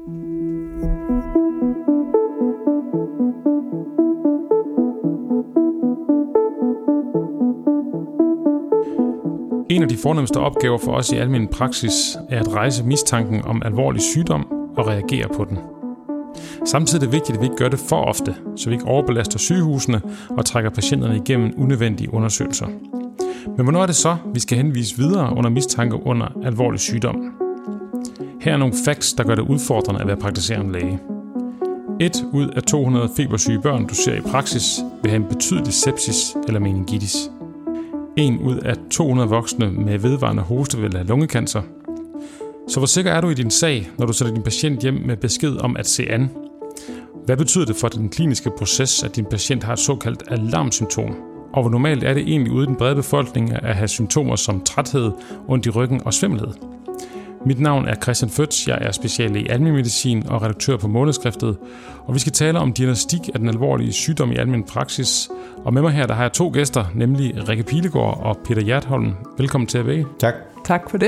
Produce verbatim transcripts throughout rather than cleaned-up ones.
En af de fornemmeste opgaver for os i almen praksis er at rejse mistanken om alvorlig sygdom og reagere på den. Samtidig er det vigtigt, at vi ikke gør det for ofte, så vi ikke overbelaster sygehusene og trækker patienterne igennem unødvendige undersøgelser. Men hvornår er det så, vi skal henvise videre under mistanke under alvorlig sygdom? Her er nogle facts, der gør det udfordrende at være praktiserende læge. Et ud af to hundrede febersyge børn, du ser i praksis, vil have en betydelig sepsis eller meningitis. En ud af to hundrede voksne med vedvarende hoste vil have lungekancer. Så hvor sikker er du i din sag, når du sætter din patient hjem med besked om at se an? Hvad betyder det for den kliniske proces, at din patient har et såkaldt alarmsymptom? Og hvor normalt er det egentlig ude i den brede befolkning at have symptomer som træthed, ondt i ryggen og svimmelhed? Mit navn er Christian Føtz, jeg er speciallæge i almen medicin og redaktør på Månedskriftet, og vi skal tale om diagnostik af den alvorlige sygdom i almen praksis. Og med mig her, der har jeg to gæster, nemlig Rikke Pilegaard og Peter Hjertholm. Velkommen til jer begge. Tak. Tak for det.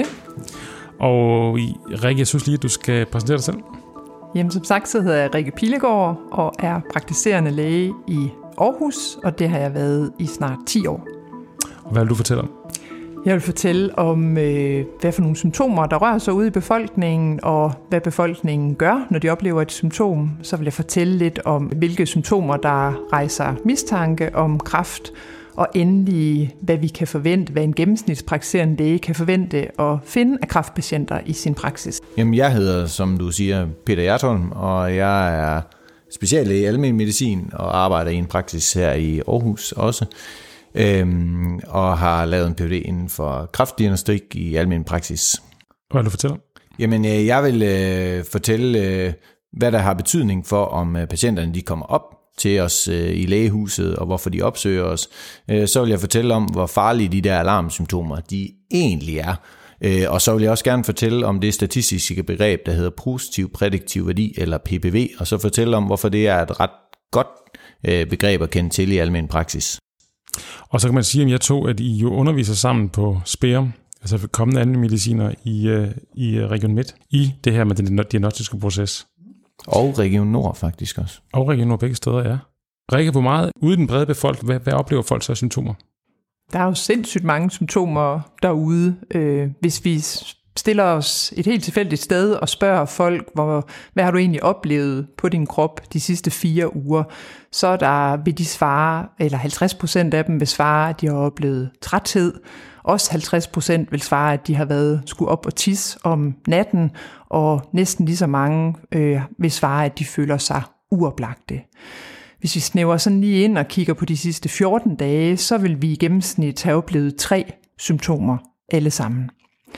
Og Rikke, jeg synes lige, at du skal præsentere dig selv. Jamen, som sagt, så hedder jeg Rikke Pilegaard og er praktiserende læge i Aarhus, og det har jeg været i snart ti år. Og hvad vil du fortælle om? Jeg vil fortælle om, øh, hvad for nogle symptomer, der rører sig ude i befolkningen, og hvad befolkningen gør, når de oplever et symptom. Så vil jeg fortælle lidt om, hvilke symptomer, der rejser mistanke om kræft, og endelig, hvad vi kan forvente, hvad en gennemsnitspraktiserende læge kan forvente at finde af kræftpatienter i sin praksis. Jamen, jeg hedder, som du siger, Peter Hjertholm, og jeg er speciallæge i almen medicin og arbejder i en praksis her i Aarhus også. Øhm, og har lavet en P H D inden for kræftdiagnostik i almen praksis. Hvad vil du fortælle om? Jamen, jeg vil øh, fortælle, øh, hvad der har betydning for, om øh, patienterne de kommer op til os øh, i lægehuset, og hvorfor de opsøger os. Øh, så vil jeg fortælle om, hvor farlige de der alarmsymptomer de egentlig er. Øh, og så vil jeg også gerne fortælle om det statistiske begreb, der hedder positiv prædiktiv værdi, eller P P V, og så fortælle om, hvorfor det er et ret godt øh, begreb at kende til i almen praksis. Og så kan man sige om jer to, at I jo underviser sammen på Speum, altså kommende almen mediciner i, i Region Midt, i det her med den diagnostiske proces. Og Region Nord faktisk også. Og Region Nord begge steder, ja. Rikke, hvor meget ude i den brede befolkning, hvad, hvad oplever folk så af symptomer? Der er jo sindssygt mange symptomer derude. Øh, hvis vi stiller os et helt tilfældigt sted og spørger folk, hvor, hvad har du egentlig oplevet på din krop de sidste fire uger, så er der, vil de svare, eller halvtreds procent af dem vil svare, at de har oplevet træthed. Også halvtreds procent vil svare, at de har været skulle op og tisse om natten, og næsten lige så mange øh, vil svare, at de føler sig uoplagte. Hvis vi snæver sådan lige ind og kigger på de sidste fjorten dage, så vil vi i gennemsnit have oplevet tre symptomer alle sammen.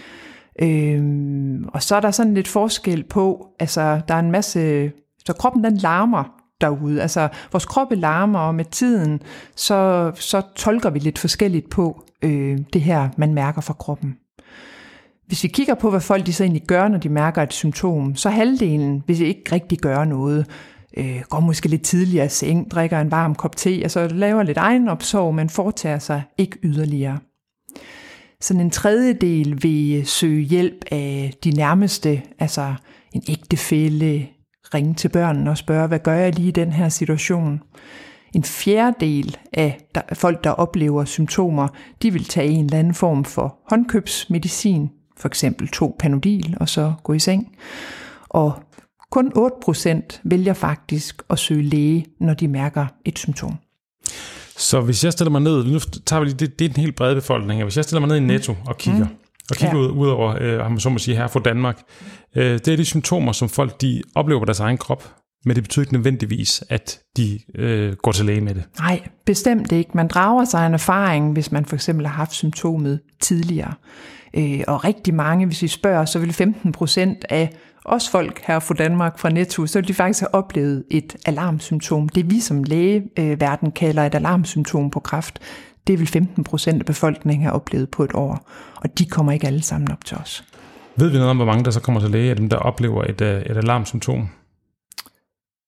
Øhm, og så er der sådan lidt forskel på, altså der er en masse, så kroppen den larmer derude, altså vores kroppe larmer, og med tiden, så, så tolker vi lidt forskelligt på øh, det her, man mærker fra kroppen. Hvis vi kigger på, hvad folk de så egentlig gør, når de mærker et symptom, så halvdelen, hvis de ikke rigtig gør noget, øh, går måske lidt tidligere i seng, drikker en varm kop te, altså laver lidt egenopsorg, men foretager sig ikke yderligere. Sådan en tredjedel vil søge hjælp af de nærmeste, altså en ægtefælle, ringe til børnene og spørge, hvad gør jeg lige i den her situation? En fjerdedel af der, folk, der oplever symptomer, de vil tage en eller anden form for håndkøbsmedicin, for eksempel to Panodil, og så gå i seng. Og kun otte procent vælger faktisk at søge læge, når de mærker et symptom. Så hvis jeg stiller mig ned, nu tager vi lige, det, det er den helt brede befolkning, hvis jeg stiller mig ned i Netto og kigger, mm. og kigger ja. ud, ud over, øh, så må sige, her fra Danmark, øh, det er de symptomer, som folk de oplever på deres egen krop, men det betyder ikke nødvendigvis, at de øh, går til læge med det. Nej, bestemt ikke. Man drager sig en erfaring, hvis man for eksempel har haft symptomet tidligere. Øh, og rigtig mange, hvis vi spørger, så vil femten procent af os folk her fra Danmark, fra Netto, så vil de faktisk have oplevet et alarmsymptom. Det vi som lægeverden kalder et alarmsymptom på kræft, det vil femten procent af befolkningen have oplevet på et år. Og de kommer ikke alle sammen op til os. Ved vi noget om, hvor mange der så kommer til læge af dem, der oplever et, et alarmsymptom?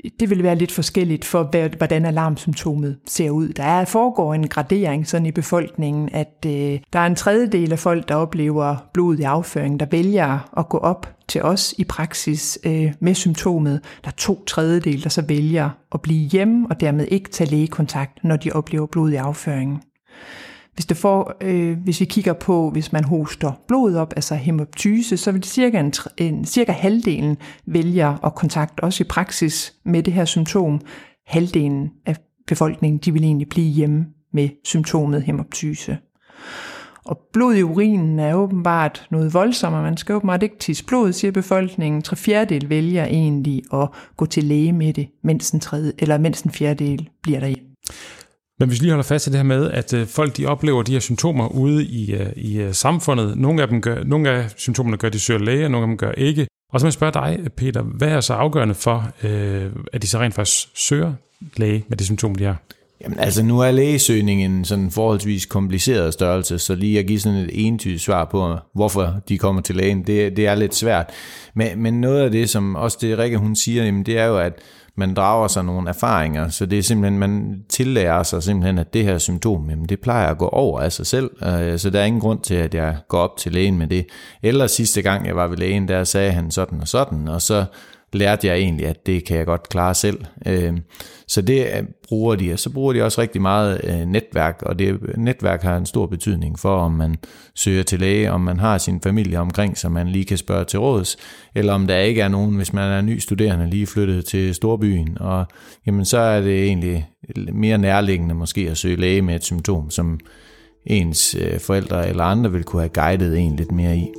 det vil være lidt forskelligt for, hvordan alarmsymptomet ser ud. Der er, foregår en gradering sådan i befolkningen, at øh, der er en tredjedel af folk, der oplever blod i afføringen, der vælger at gå op til os i praksis øh, med symptomet. Der er to tredjedel, der så vælger at blive hjemme og dermed ikke tage lægekontakt, når de oplever blod i afføringen. Hvis, det får, øh, hvis vi kigger på, hvis man hoster blod op, altså hemoptyse, så vil cirka, en, en, cirka halvdelen vælger at kontakte os i praksis med det her symptom. Halvdelen af befolkningen, de vil egentlig blive hjemme med symptomet hemoptyse. Og blod i urinen er åbenbart noget voldsommere. Man skal åbenbart ikke tisse blod, siger befolkningen. Tre fjerdedel vælger egentlig at gå til læge med det, mens en, tredje, eller mens en fjerdedel bliver derhjemme. Men hvis vi lige holder fast i det her med, at folk de oplever de her symptomer ude i, i samfundet. Nogle af dem gør, nogle af symptomerne gør, de søger læge, og nogle af dem gør ikke. Og så vil jeg spørge dig, Peter, hvad er så afgørende for, at de så rent faktisk søger læge med de symptomer, de har? Jamen altså, nu er lægesøgning en sådan forholdsvis kompliceret størrelse, så lige at give sådan et entydigt svar på, hvorfor de kommer til lægen, det, det er lidt svært. Men, men noget af det, som også det Rikke hun siger, jamen, det er jo, at man drager sig nogle erfaringer, så det er simpelthen, man tillærer sig simpelthen, at det her symptom, jamen det plejer at gå over af sig selv, så der er ingen grund til, at jeg går op til lægen med det. Eller sidste gang, jeg var ved lægen, der sagde han sådan og sådan, og så lærte jeg egentlig, at det kan jeg godt klare selv. Så det bruger de, og så bruger de også rigtig meget netværk, og det netværk har en stor betydning for, om man søger til læge, om man har sin familie omkring, så man lige kan spørge til råds, eller om der ikke er nogen, hvis man er ny studerende, lige flyttet til storbyen, og jamen, så er det egentlig mere nærliggende måske at søge læge med et symptom, som ens forældre eller andre vil kunne have guidet en lidt mere i.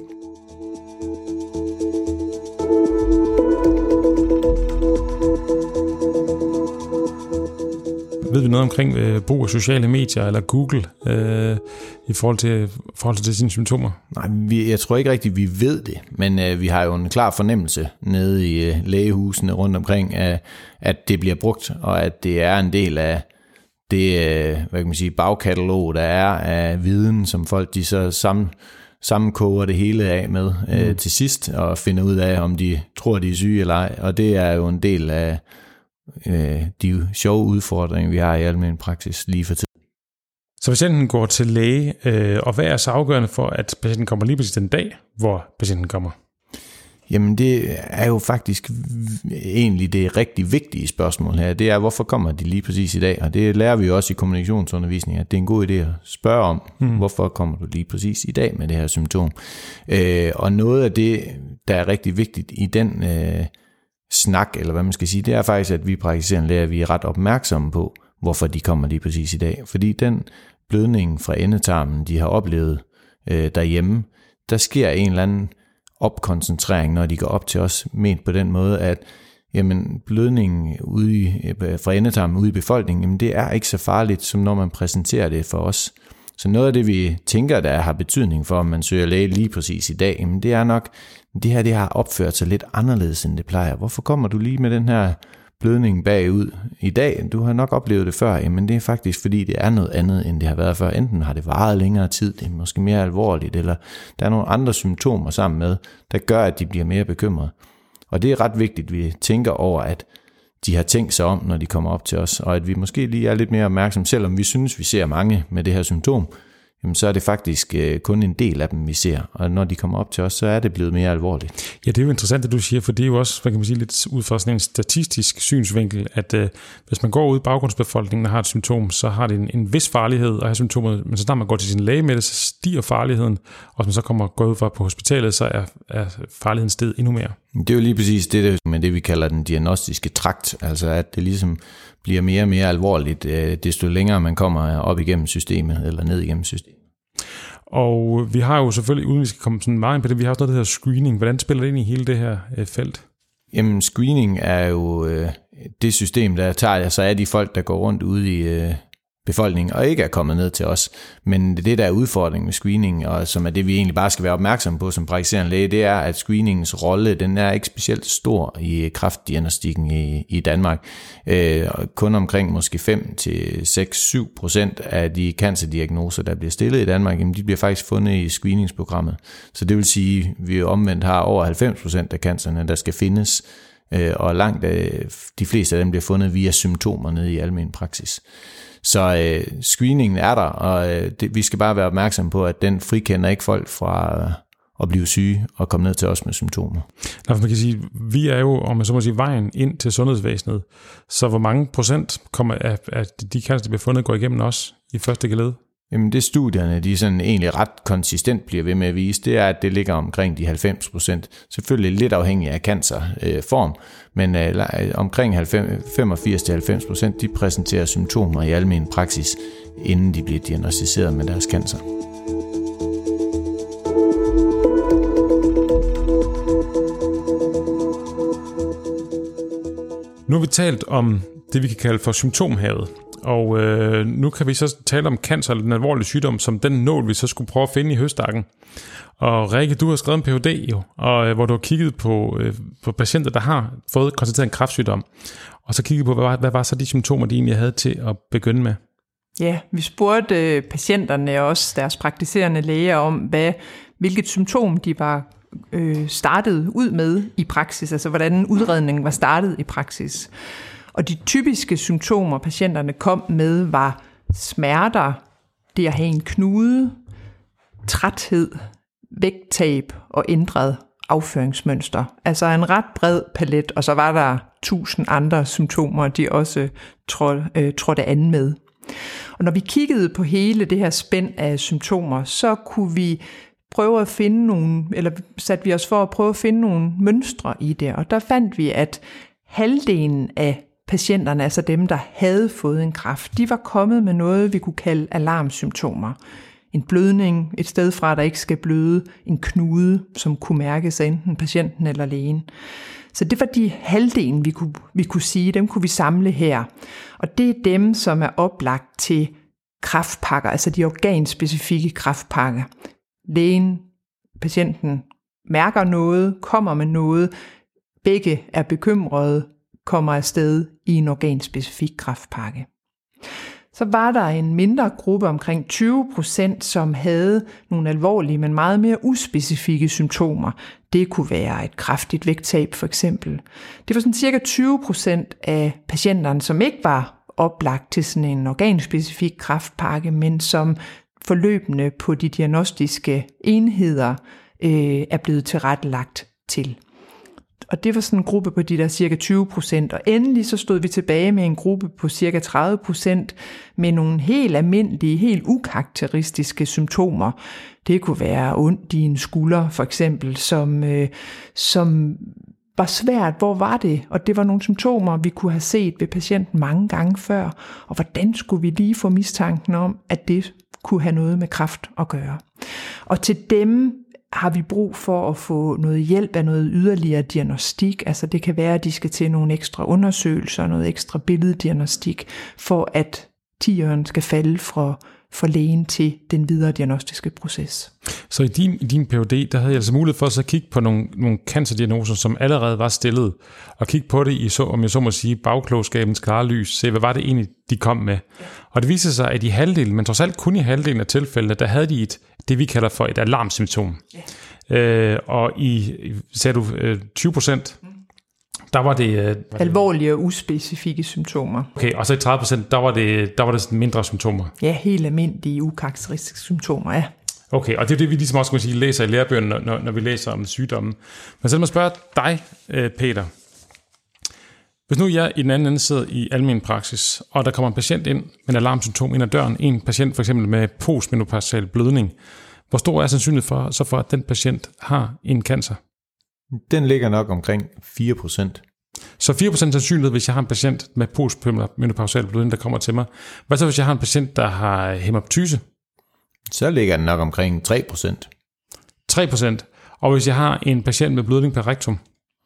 Ved vi noget omkring øh, brug af sociale medier eller Google øh, i forhold til, forhold til sine symptomer? Nej, vi, jeg tror ikke rigtigt, vi ved det, men øh, vi har jo en klar fornemmelse nede i øh, lægehusene rundt omkring, øh, at det bliver brugt, og at det er en del af det øh, hvad kan man sige, bagkatalog, der er af viden, som folk de så sammen, sammenkoger det hele af med øh, mm. til sidst, og finder ud af, om de tror, de er syge eller ej, og det er jo en del af de sjove udfordringer, vi har i almen praksis lige for tiden. Så patienten går til læge, og hvad er så afgørende for, at patienten kommer lige præcis den dag, hvor patienten kommer? Jamen det er jo faktisk egentlig det rigtig vigtige spørgsmål her. Det er, hvorfor kommer de lige præcis i dag? Og det lærer vi jo også i kommunikationsundervisning, at det er en god idé at spørge om, mm. hvorfor kommer du lige præcis i dag med det her symptom? Og noget af det, der er rigtig vigtigt i den snak, eller hvad man skal sige, det er faktisk, at vi praktiserende læger, vi er ret opmærksomme på, hvorfor de kommer lige præcis i dag. Fordi den blødning fra endetarmen, de har oplevet øh, derhjemme, der sker en eller anden opkoncentrering, når de går op til os, ment på den måde, at jamen, blødningen ude i, fra endetarmen ude i befolkningen, jamen, det er ikke så farligt, som når man præsenterer det for os. Så noget af det, vi tænker, der har betydning for, om man søger læge lige præcis i dag, jamen, det er nok, det her det har opført sig lidt anderledes, end det plejer. Hvorfor kommer du lige med den her blødning bagud i dag? Du har nok oplevet det før, men det er faktisk, fordi det er noget andet, end det har været før. Enten har det varet længere tid, det er måske mere alvorligt, eller der er nogle andre symptomer sammen med, der gør, at de bliver mere bekymrede. Og det er ret vigtigt, at vi tænker over, at de har tænkt sig om, når de kommer op til os, og at vi måske lige er lidt mere opmærksomme, selvom vi synes, vi ser mange med det her symptom, jamen så er det faktisk kun en del af dem, vi ser. Og når de kommer op til os, så er det blevet mere alvorligt. Ja, det er jo interessant, at du siger, for det er jo også, hvad kan man sige, lidt ud fra sådan en statistisk synsvinkel, at øh, hvis man går ud i baggrundsbefolkningen og har et symptom, så har det en, en vis farlighed at have symptomet, men så snart man går til sin læge med det, så stiger farligheden, og hvis man så kommer går ud fra på hospitalet, så er, er farligheden steget endnu mere. Det er jo lige præcis det, med det vi kalder den diagnostiske trakt, altså at det ligesom bliver mere og mere alvorligt, desto længere man kommer op igennem systemet, eller ned igennem systemet. Og vi har jo selvfølgelig, uden vi skal komme sådan meget ind på det, vi har også noget, der hedder screening. Hvordan spiller det ind i hele det her øh, felt? Jamen screening er jo øh, det system, der tager sig af de folk, der går rundt ude i øh, befolkningen, og ikke er kommet ned til os. Men det, der er udfordringen med screening, og som er det, vi egentlig bare skal være opmærksom på som praktiserende læge, det er, at screeningens rolle, den er ikke specielt stor i kræftdiagnostikken i, i Danmark. Øh, kun omkring måske fem til seks til syv procent af de cancerdiagnoser, der bliver stillet i Danmark, jamen, de bliver faktisk fundet i screeningsprogrammet. Så det vil sige, at vi omvendt har over halvfems procent af cancerne, der skal findes og langt de fleste af dem bliver fundet via symptomer nede i almen praksis. Så øh, screeningen er der, og øh, det, vi skal bare være opmærksom på, at den frikender ikke folk fra øh, at blive syge og komme ned til os med symptomer. Nå, man kan sige, vi er jo, om man så må sige, vejen ind til sundhedsvæsenet. Så hvor mange procent kommer af, af de cancer, der bliver fundet, går igennem os i første geled? Jamen det studierne, de sådan egentlig ret konsistent bliver ved med at vise, det er, at det ligger omkring de halvfems procent. Selvfølgelig lidt afhængig af cancerform, øh, men øh, omkring femogfirs til halvfems procent, de præsenterer symptomer i almen praksis, inden de bliver diagnosticeret med deres cancer. Nu har vi talt om det, vi kan kalde for symptomhavet. Og øh, nu kan vi så tale om cancer, eller den alvorlige sygdom, som den nål, vi så skulle prøve at finde i høstakken. Og Rikke, du har skrevet en P H D jo, og, øh, hvor du har kigget på, øh, på patienter, der har fået konstateret en kræftsygdom. Og så kigget på, hvad var, hvad var så de symptomer, de egentlig havde til at begynde med? Ja, vi spurgte patienterne og også deres praktiserende læger om, hvad, hvilket symptom de var øh, startet ud med i praksis, altså hvordan udredningen var startet i praksis. Og de typiske symptomer, patienterne kom med, var smerter, det at have en knude, træthed, vægttab og ændret afføringsmønster. Altså en ret bred palet, og så var der tusind andre symptomer, de også trådte, øh, trådte an med. Og når vi kiggede på hele det her spænd af symptomer, så kunne vi prøve at finde nogle, eller satte vi os for at prøve at finde nogle mønstre i det, og der fandt vi, at halvdelen af patienterne, altså dem, der havde fået en kræft, de var kommet med noget, vi kunne kalde alarmsymptomer. En blødning et sted fra, der ikke skal bløde, en knude, som kunne mærkes af enten patienten eller lægen. Så det var de halvdelen, vi kunne, vi kunne sige, dem kunne vi samle her. Og det er dem, som er oplagt til kræftpakker, altså de organspecifikke kræftpakker. Lægen, patienten mærker noget, kommer med noget, begge er bekymrede, kommer afsted i en organspecifik kræftpakke. Så var der en mindre gruppe, omkring tyve procent, som havde nogle alvorlige, men meget mere uspecifikke symptomer. Det kunne være et kraftigt vægttab for eksempel. Det var sådan cirka tyve procent af patienterne, som ikke var oplagt til sådan en organspecifik kræftpakke, men som forløbende på de diagnostiske enheder øh, er blevet tilrettelagt til. Og det var sådan en gruppe på de der cirka tyve procent. Og endelig så stod vi tilbage med en gruppe på cirka tredive procent med nogle helt almindelige, helt ukarakteristiske symptomer. Det kunne være ondt i en skulder for eksempel, som, øh, som var svært. Hvor var det? Og det var nogle symptomer, vi kunne have set ved patienten mange gange før. Og hvordan skulle vi lige få mistanken om, at det kunne have noget med kræft at gøre? Og til dem har vi brug for at få noget hjælp af noget yderligere diagnostik. Altså det kan være, at de skal til nogle ekstra undersøgelser, noget ekstra billeddiagnostik, for at tieren skal falde fra, fra lægen til den videre diagnostiske proces. Så i din, i din P H D, der havde jeg altså mulighed for at så kigge på nogle, nogle cancerdiagnoser, som allerede var stillet, og kigge på det i, så, om jeg så må sige, bagklogskabens klare lys, se hvad var det egentlig, de kom med. Ja. Og det viste sig, at i halvdelen, men trods alt kun i halvdelen af tilfældene, der havde de et, det vi kalder for et alarmsymptom. Ja. Øh, og i, sagde du, tyve procent, mm. der var det... Øh, alvorlige og uspecifikke symptomer. Okay, og så i tredive procent, der var det, der var det sådan mindre symptomer. Ja, helt almindelige, ukarakteristiske symptomer, ja. Okay, og det er det, vi ligesom også kan sige, læser i lærebøgerne, når, når vi læser om sygdommen. Men så lad mig spørge dig, Peter. Hvis nu jeg i den anden ende sidder i almen praksis, og der kommer en patient ind med en alarmsymptom ind ad døren, en patient for eksempel med postmenopausal blødning, hvor stor er sandsynligheden for, så for, at den patient har en cancer? Den ligger nok omkring fire procent. Så fire procent sandsynlighed, hvis jeg har en patient med postmenopausal blødning, der kommer til mig. Hvad så, hvis jeg har en patient, der har hemoptyse? Så ligger den nok omkring tre procent. tre procent. Og hvis jeg har en patient med blødning per rektum?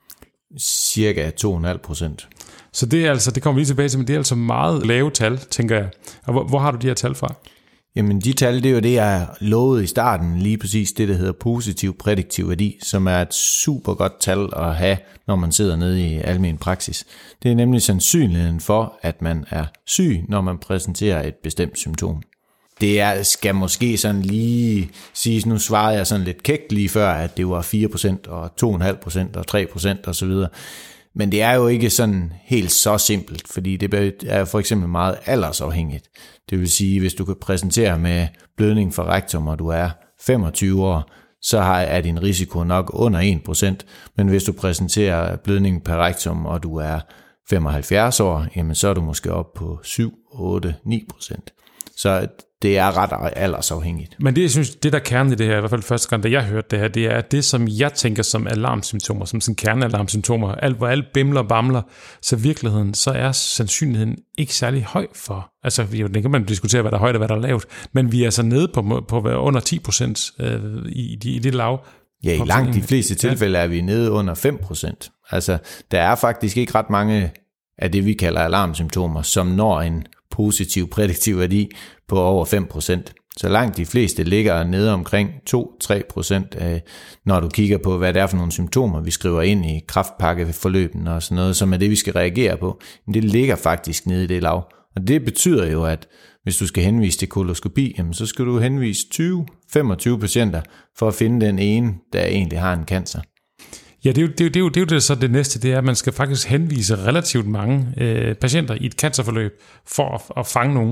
Cirka to komma fem procent. Så det er altså, det kommer vi lige tilbage til, men det er altså meget lave tal, tænker jeg. Og hvor, hvor har du de her tal fra? Jamen de tal, det er jo det, jeg lovede i starten, lige præcis det, der hedder positiv prædiktiv værdi, som er et super godt tal at have, når man sidder nede i almen praksis. Det er nemlig sandsynligheden for, at man er syg, når man præsenterer et bestemt symptom. Det er, skal måske sådan lige siges, nu svarede jeg sådan lidt kægt lige før, at det var fire procent og to komma fem procent og tre procent osv. Men det er jo ikke sådan helt så simpelt, fordi det er for eksempel meget aldersafhængigt. Det vil sige, hvis du kan præsentere med blødning for rektum, og du er femogtyve år, så er din risiko nok under en procent. Men hvis du præsenterer blødning per rektum, og du er femoghalvfjerds år, jamen så er du måske op på syv, otte, ni procent. Så det er ret aldersafhængigt. Men det, jeg synes, det der kerne i det her, i hvert fald første gang, da jeg hørte det her, det er det, som jeg tænker som alarmsymptomer, som sådan kernealarmsymptomer, alt, hvor alt bimler og bamler, så i virkeligheden, så er sandsynligheden ikke særlig høj for, altså det kan man diskutere, hvad der er højt og hvad der er lavt, men vi er så nede på, på under ti procent øh, i, i, i det lav. Ja, i langt de fleste tilfælde er vi nede under fem procent. Altså, der er faktisk ikke ret mange af det, vi kalder alarmsymptomer, som når en positiv prædiktiv værdi på over fem procent. Så langt de fleste ligger nede omkring to til tre procent, når du kigger på, hvad det er for nogle symptomer, vi skriver ind i kræftpakkeforløbene og sådan noget, som er det, vi skal reagere på. Men det ligger faktisk nede i det lav. Og det betyder jo, at hvis du skal henvise til koloskopi, jamen så skal du henvise tyve til femogtyve patienter for at finde den ene, der egentlig har en cancer. Ja, det er jo det, er jo, det, er jo, det, er jo det så det næste, det er, at man skal faktisk henvise relativt mange øh, patienter i et cancerforløb for at, at fange nogen.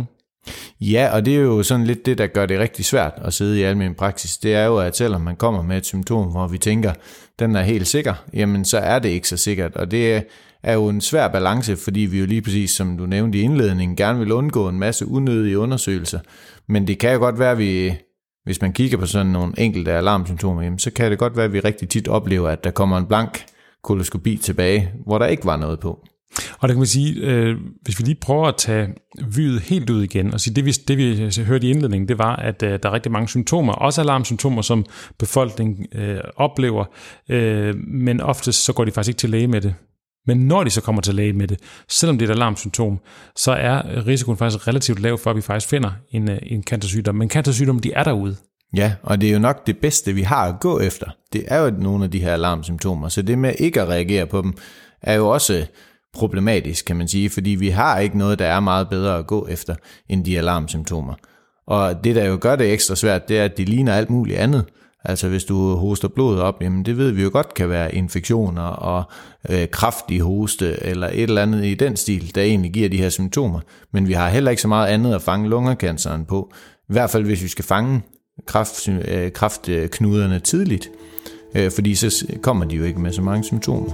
Ja, og det er jo sådan lidt det, der gør det rigtig svært at sidde i almen praksis. Det er jo, at selvom man kommer med et symptom, hvor vi tænker, den er helt sikker, jamen så er det ikke så sikkert. Og det er jo en svær balance, fordi vi jo lige præcis, som du nævnte i indledningen, gerne vil undgå en masse unødige undersøgelser. Men det kan jo godt være, at vi... Hvis man kigger på sådan nogle enkelte alarmsymptomer, jamen, så kan det godt være, at vi rigtig tit oplever, at der kommer en blank koloskopi tilbage, hvor der ikke var noget på. Og der kan man sige, øh, hvis vi lige prøver at tage vyet helt ud igen, og sige, det vi, det vi hørte i indledningen, det var, at øh, der er rigtig mange symptomer, også alarmsymptomer, som befolkningen øh, oplever, øh, men oftest så går de faktisk ikke til læge med det. Men når de så kommer til læge med det, selvom det er et alarmsymptom, så er risikoen faktisk relativt lav for, at vi faktisk finder en, en cancersygdom. Men cancersygdomme, de er derude. Ja, og det er jo nok det bedste, vi har at gå efter. Det er jo nogle af de her alarmsymptomer. Så det med ikke at reagere på dem, er jo også problematisk, kan man sige. Fordi vi har ikke noget, der er meget bedre at gå efter, end de alarmsymptomer. Og det, der jo gør det ekstra svært, det er, at de ligner alt muligt andet. Altså hvis du hoster blodet op, jamen det ved vi jo godt kan være infektioner og øh, kraftig hoste eller et eller andet i den stil, der egentlig giver de her symptomer. Men vi har heller ikke så meget andet at fange lungecanceren på. I hvert fald hvis vi skal fange kræft, øh, kræftknuderne tidligt, øh, fordi så kommer de jo ikke med så mange symptomer.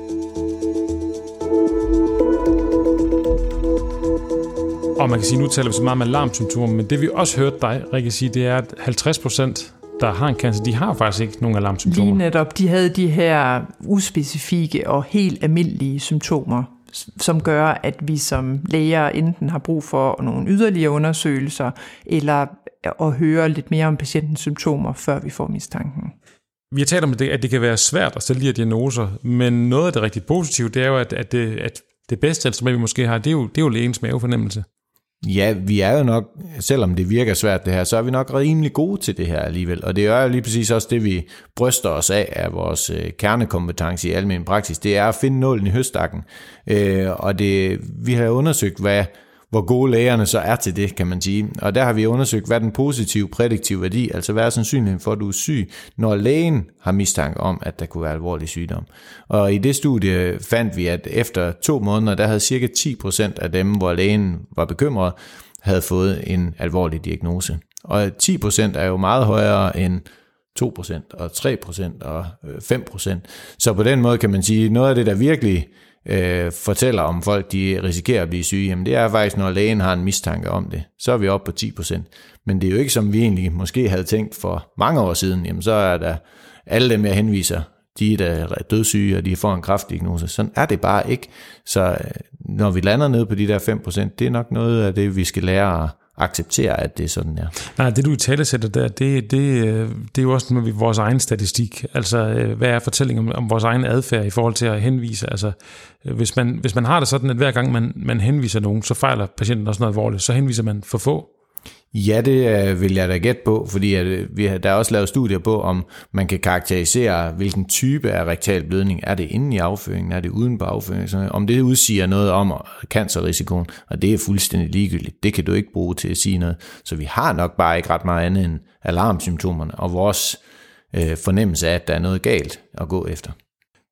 Og man kan sige, nu taler vi så meget om alarmsymptomer, men det vi også hørte dig, Rikke, sige, det er, at halvtreds procent der har en cancer, de har faktisk ikke nogen alarmsymptomer. Lige netop, de havde de her uspecifikke og helt almindelige symptomer, som gør, at vi som læger enten har brug for nogle yderligere undersøgelser, eller at høre lidt mere om patientens symptomer, før vi får mistanken. Vi har talt om det, at det kan være svært at stille de her diagnoser, men noget af det rigtig positive, det er jo, at, at, det, at det bedste instrument, vi måske har, det er jo, det er jo lægens mavefornemmelse. Ja, vi er jo nok, selvom det virker svært det her, så er vi nok rimelig gode til det her alligevel. Og det er jo lige præcis også det, vi bryster os af af vores øh, kernekompetence i almen praksis. Det er at finde nålen i høstakken. Øh, og det, vi har undersøgt, hvad, hvor gode lægerne så er til det, kan man sige. Og der har vi undersøgt, hvad den positive prædiktive værdi, altså hvad er sandsynligheden for, at du er syg, når lægen har mistanke om, at der kunne være alvorlig sygdom. Og i det studie fandt vi, at efter to måneder, der havde cirka ti procent af dem, hvor lægen var bekymret, havde fået en alvorlig diagnose. Og ti procent er jo meget højere end to procent og tre procent og fem procent. Så på den måde kan man sige, noget af det, der virkelig øh, fortæller om folk, de risikerer at blive syge, jamen det er faktisk, når lægen har en mistanke om det, så er vi oppe på ti procent. Men det er jo ikke, som vi egentlig måske havde tænkt for mange år siden, jamen så er der alle dem, jeg henviser, de der er dødssyge, og de får en kræftdiagnose. Sådan er det bare ikke. Så når vi lander ned på de der fem procent, det er nok noget af det, vi skal lære at acceptere, at det er sådan er. Nej, det du i tale sætter der, det, det, det er jo også med vores egen statistik. Altså, hvad er fortællingen om, om vores egen adfærd i forhold til at henvise? Altså, hvis man, hvis man har det sådan, at hver gang man, man henviser nogen, så fejler patienten også noget alvorligt, så henviser man for få. Ja, det vil jeg da gætte på, fordi at vi har, der er også lavet studier på, om man kan karakterisere, hvilken type af rektal blødning. Er det inde i afføringen? Er det uden på afføringen? Om det udsiger noget om cancerrisikoen, og det er fuldstændig ligegyldigt. Det kan du ikke bruge til at sige noget. Så vi har nok bare ikke ret meget andet end alarmsymptomerne, og vores øh, fornemmelse af, at der er noget galt at gå efter.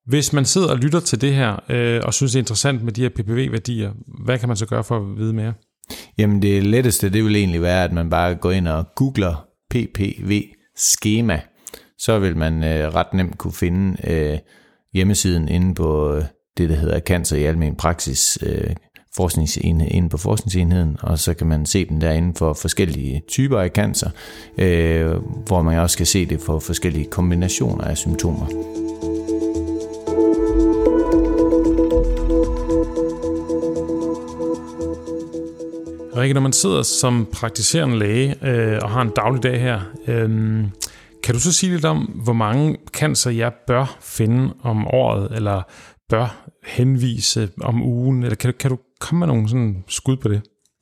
Hvis man sidder og lytter til det her, øh, og synes det er interessant med de her P P V-værdier, hvad kan man så gøre for at vide mere? Jamen det letteste, det vil egentlig være, at man bare går ind og googler P P V-skema. Så vil man øh, ret nemt kunne finde øh, hjemmesiden inde på øh, det, der hedder Cancer i Almen Praksis, øh, forskningsenhed, inde på forskningsenheden, og så kan man se den derinde for forskellige typer af cancer, øh, hvor man også kan se det for forskellige kombinationer af symptomer. Rikke, når man sidder som praktiserende læge øh, og har en daglig dag her, øh, kan du så sige lidt om, hvor mange cancer jeg bør finde om året, eller bør henvise om ugen, eller kan du, kan du komme med nogle sådan skud på det?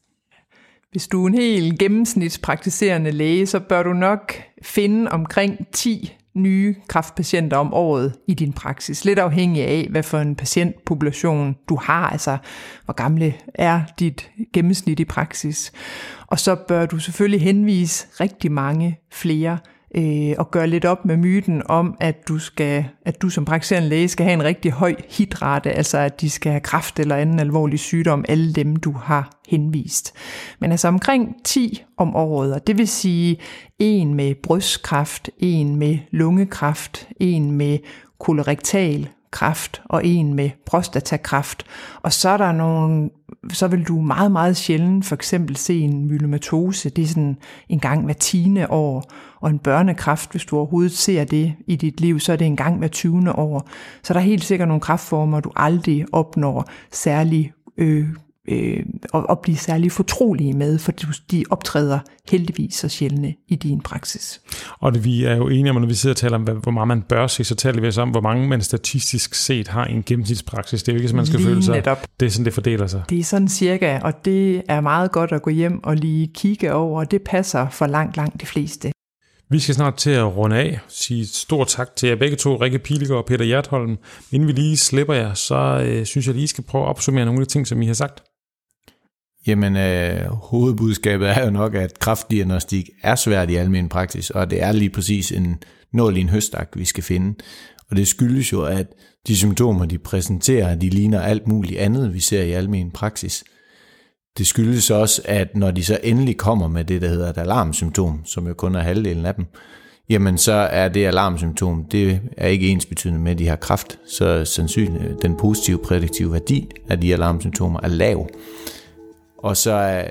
Hvis du er en helt gennemsnitspraktiserende læge, så bør du nok finde omkring ti nye kræftpatienter om året i din praksis. Lidt afhængig af, hvad for en patientpopulation du har, altså hvor gamle er dit gennemsnit i praksis. Og så bør du selvfølgelig henvise rigtig mange flere øh, og gøre lidt op med myten om, at du, skal, at du som praktiserende læge skal have en rigtig høj hitrate, altså at de skal have kræft eller anden alvorlig sygdom, alle dem du har henvist. Men altså omkring ti om året, og det vil sige en med brystkræft, en med lungekræft, en med kolorektal kræft og en med prostatakræft. Og så er der nogle, så vil du meget, meget sjældent for eksempel se en myelomatose. Det er sådan en gang hver tiende år. Og en børnekræft, hvis du overhovedet ser det i dit liv, så er det en gang hver tyvende år. Så der er helt sikkert nogle kræftformer, du aldrig opnår særlig øh, øh, at blive særlig fortrolige med, for de optræder heldigvis så sjældne i din praksis. Og det, vi er jo enige om, når vi sidder og taler om, hvor meget man bør se, så taler vi også om, hvor mange man statistisk set har i en gennemsnitspraksis. Det er jo ikke, så man skal lige føle sig. Netop. Det er sådan, det fordeler sig. Det er sådan cirka, og det er meget godt at gå hjem og lige kigge over, og det passer for langt, langt de fleste. Vi skal snart til at runde af. Sige stor tak til jer begge to, Rikke Pilegaard og Peter Hjertholm. Inden vi lige slipper jer, så øh, synes jeg lige skal prøve at opsummere nogle af de ting, som I har sagt. Jamen, øh, hovedbudskabet er jo nok, at kræftdiagnostik er svært i almen praksis, og det er lige præcis en nål i en høstak, vi skal finde. Og det skyldes jo, at de symptomer, de præsenterer, de ligner alt muligt andet, vi ser i almen praksis. Det skyldes også, at når de så endelig kommer med det, der hedder et alarmsymptom, som jo kun er halvdelen af dem, jamen så er det alarmsymptom, det er ikke ensbetydende med, at de har kræft. Så sandsynligt den positive prædiktive værdi af de alarmsymptomer er lav. Og så er...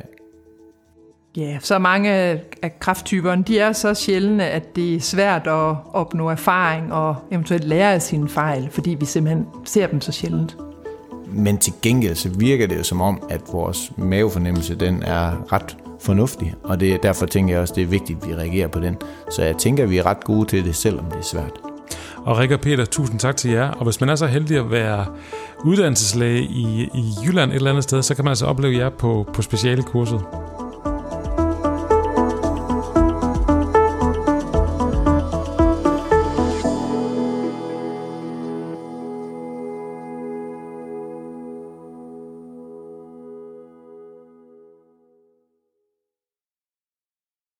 Ja, så mange af kræfttyperne, de er så sjældne, at det er svært at opnå erfaring og eventuelt lære af sine fejl, fordi vi simpelthen ser dem så sjældent. Men til gengæld så virker det jo som om, at vores mavefornemmelse, den er ret fornuftig, og det, derfor tænker jeg også, det er vigtigt, at vi reagerer på den. Så jeg tænker, at vi er ret gode til det, selvom det er svært. Og Rikke og Peter, tusind tak til jer. Og hvis man er så heldig at være uddannelseslæge i, i Jylland et eller andet sted, så kan man altså opleve jer på, på specialekurset.